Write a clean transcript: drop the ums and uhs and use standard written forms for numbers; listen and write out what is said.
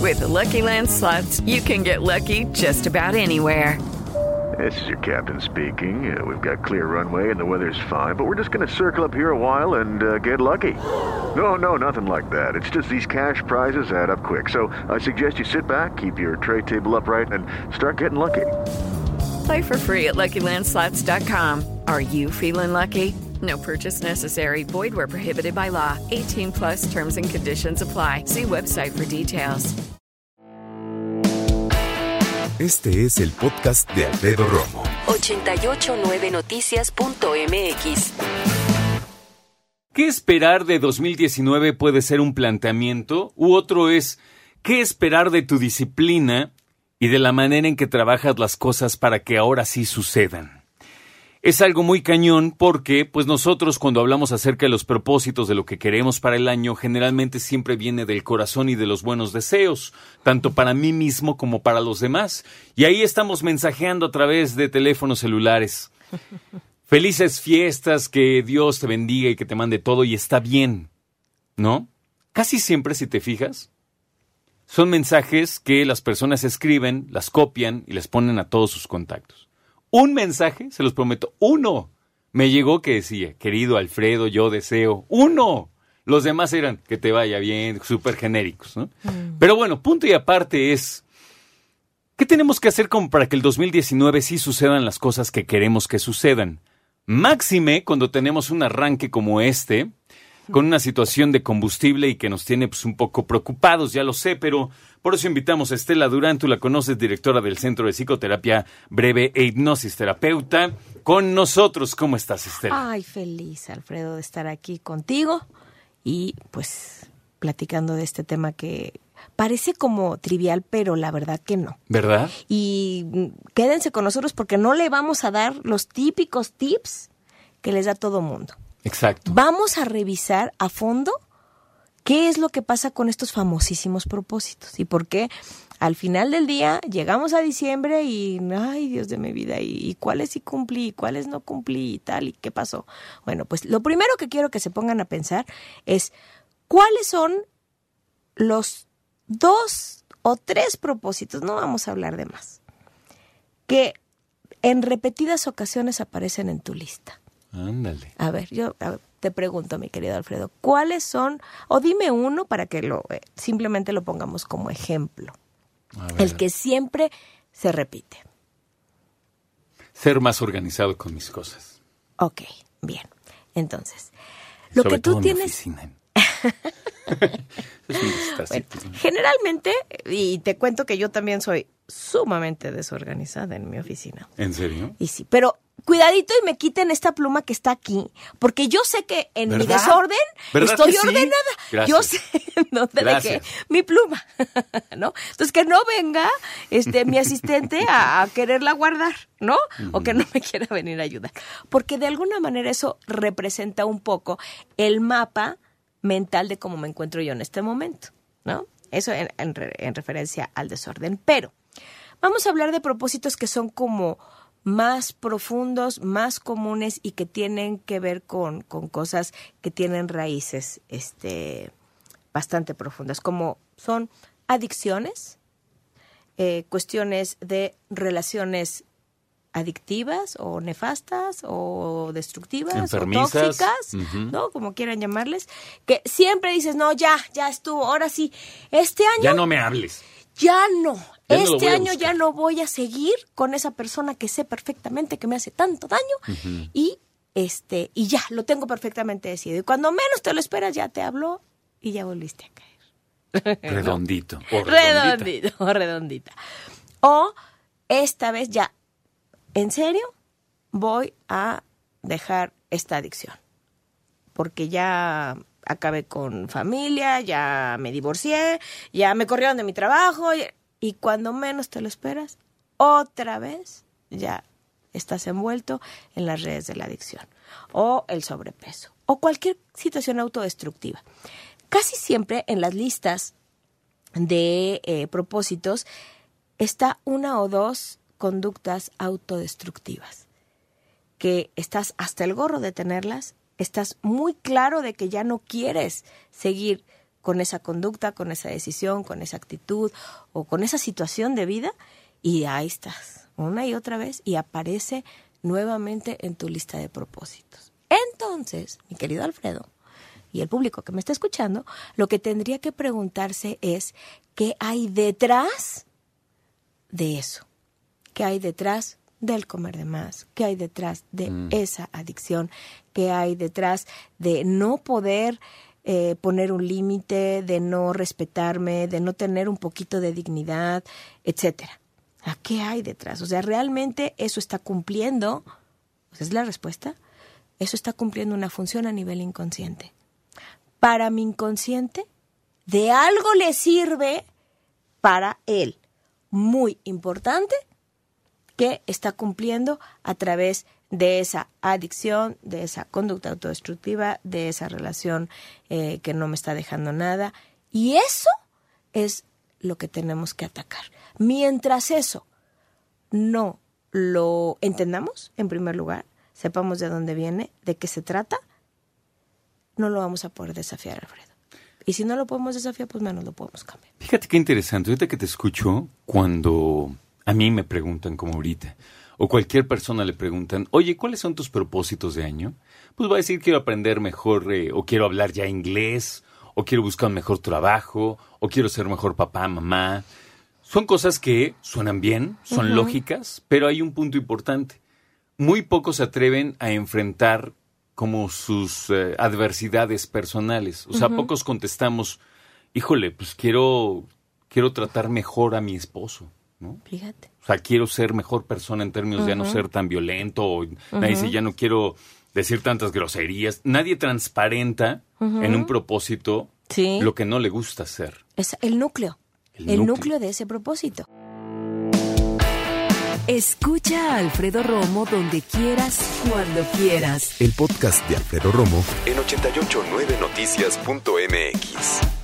With the Lucky Land Slots, you can get lucky just about anywhere. This is your captain speaking. We've got clear runway and the weather's fine, but we're just going to circle up here a while and get lucky. No, nothing like that. It's just these cash prizes add up quick. So I suggest you sit back, keep your tray table upright, and start getting lucky. Play for free at LuckyLandSlots.com. Are you feeling lucky? No purchase necessary. Void where prohibited by law. 18 plus terms and conditions apply. See website for details. Este es el podcast de Alfredo Romo. 889noticias.mx. ¿Qué esperar de 2019 puede ser un planteamiento? U otro es, ¿qué esperar de tu disciplina y de la manera en que trabajas las cosas para que ahora sí sucedan? Es algo muy cañón porque, pues nosotros cuando hablamos acerca de los propósitos de lo que queremos para el año, generalmente siempre viene del corazón y de los buenos deseos, tanto para mí mismo como para los demás. Y ahí estamos mensajeando a través de teléfonos celulares. Felices fiestas, que Dios te bendiga y que te mande todo, y está bien, ¿no? Casi siempre, si te fijas, son mensajes que las personas escriben, las copian y les ponen a todos sus contactos. Un mensaje, se los prometo, uno me llegó que decía, querido Alfredo, yo deseo, uno. Los demás eran, que te vaya bien, súper genéricos, ¿no? Pero bueno, punto y aparte es, ¿qué tenemos que hacer como para que el 2019 sí sucedan las cosas que queremos que sucedan? Máxime cuando tenemos un arranque como este, con una situación de combustible y que nos tiene pues un poco preocupados, ya lo sé, pero por eso invitamos a Estela Durán, tú la conoces, directora del Centro de Psicoterapia Breve e Hipnosis Terapeuta, con nosotros. ¿Cómo estás, Estela? Ay, feliz, Alfredo, de estar aquí contigo y pues platicando de este tema que parece como trivial, pero la verdad que no. ¿Verdad? Y quédense con nosotros porque no le vamos a dar los típicos tips que les da todo mundo. Exacto. Vamos a revisar a fondo qué es lo que pasa con estos famosísimos propósitos y por qué al final del día llegamos a diciembre y, ay, Dios de mi vida, y cuáles sí cumplí, cuáles no cumplí y tal, y qué pasó. Bueno, pues lo primero que quiero que se pongan a pensar es cuáles son los 2 o 3 propósitos, no vamos a hablar de más, que en repetidas ocasiones aparecen en tu lista. Ándale. A ver, te pregunto, mi querido Alfredo, ¿cuáles son? O dime uno para que simplemente lo pongamos como ejemplo. El que siempre se repite. Ser más organizado con mis cosas. Ok, bien. Entonces, lo sobre que tú todo tienes... En mi oficina. Es un desastre. Bueno, generalmente, y te cuento que yo también soy sumamente desorganizada en mi oficina. ¿En serio? Y sí, pero cuidadito y me quiten esta pluma que está aquí, porque yo sé que en ¿verdad? mi desorden estoy sí? ordenada. Gracias. Yo sé dónde dejé mi pluma, ¿no? Entonces que no venga mi asistente a quererla guardar, ¿no? O que no me quiera venir a ayudar. Porque de alguna manera eso representa un poco el mapa mental de cómo me encuentro yo en este momento, ¿no? Eso en referencia al desorden. Pero vamos a hablar de propósitos que son como más profundos, más comunes y que tienen que ver con cosas que tienen raíces bastante profundas, como son adicciones, cuestiones de relaciones adictivas o nefastas o destructivas enfermizas, o tóxicas, ¿no? Como quieran llamarles, que siempre dices, no, ya estuvo, ahora sí, este año... Ya no me hables. Ya no. Ya Este año ya no voy a seguir con esa persona que sé perfectamente que me hace tanto daño y ya lo tengo perfectamente decidido. Y cuando menos te lo esperas ya te habló y ya volviste a caer. Redondito. ¿No? Redondita. O esta vez ya, en serio, voy a dejar esta adicción. Porque ya acabé con familia, ya me divorcié, ya me corrieron de mi trabajo y cuando menos te lo esperas, otra vez ya estás envuelto en las redes de la adicción o el sobrepeso o cualquier situación autodestructiva. Casi siempre en las listas de propósitos está 1 o 2 conductas autodestructivas que estás hasta el gorro de tenerlas. Estás muy claro de que ya no quieres seguir con esa conducta, con esa decisión, con esa actitud o con esa situación de vida, y ahí estás, una y otra vez, y aparece nuevamente en tu lista de propósitos. Entonces, mi querido Alfredo, y el público que me está escuchando, lo que tendría que preguntarse es, ¿qué hay detrás de eso? ¿Qué hay detrás del comer de más? ¿Qué hay detrás de esa adicción? ¿Qué hay detrás de no poder poner un límite, de no respetarme, de no tener un poquito de dignidad, etcétera? ¿A qué hay detrás? O sea, ¿realmente eso está cumpliendo? ¿Esa es la respuesta? Eso está cumpliendo una función a nivel inconsciente. Para mi inconsciente, de algo le sirve para él. Muy importante, que está cumpliendo a través de esa adicción, de esa conducta autodestructiva, de esa relación que no me está dejando nada. Y eso es lo que tenemos que atacar. Mientras eso no lo entendamos, en primer lugar, sepamos de dónde viene, de qué se trata, no lo vamos a poder desafiar, Alfredo. Y si no lo podemos desafiar, pues menos lo podemos cambiar. Fíjate qué interesante. Ahorita que te escucho, cuando a mí me preguntan como ahorita, o cualquier persona le preguntan, oye, ¿cuáles son tus propósitos de año? Pues va a decir, quiero aprender mejor, o quiero hablar ya inglés, o quiero buscar un mejor trabajo, o quiero ser mejor papá, mamá. Son cosas que suenan bien, son lógicas, pero hay un punto importante. Muy pocos se atreven a enfrentar como sus adversidades personales. O sea, pocos contestamos, híjole, pues quiero tratar mejor a mi esposo, ¿no? Fíjate. O sea, quiero ser mejor persona en términos de ya no ser tan violento, o nadie dice, ya no quiero decir tantas groserías. Nadie transparenta en un propósito lo que no le gusta hacer. Es el núcleo. El núcleo de ese propósito. Escucha a Alfredo Romo donde quieras, cuando quieras. El podcast de Alfredo Romo en 889noticias.mx.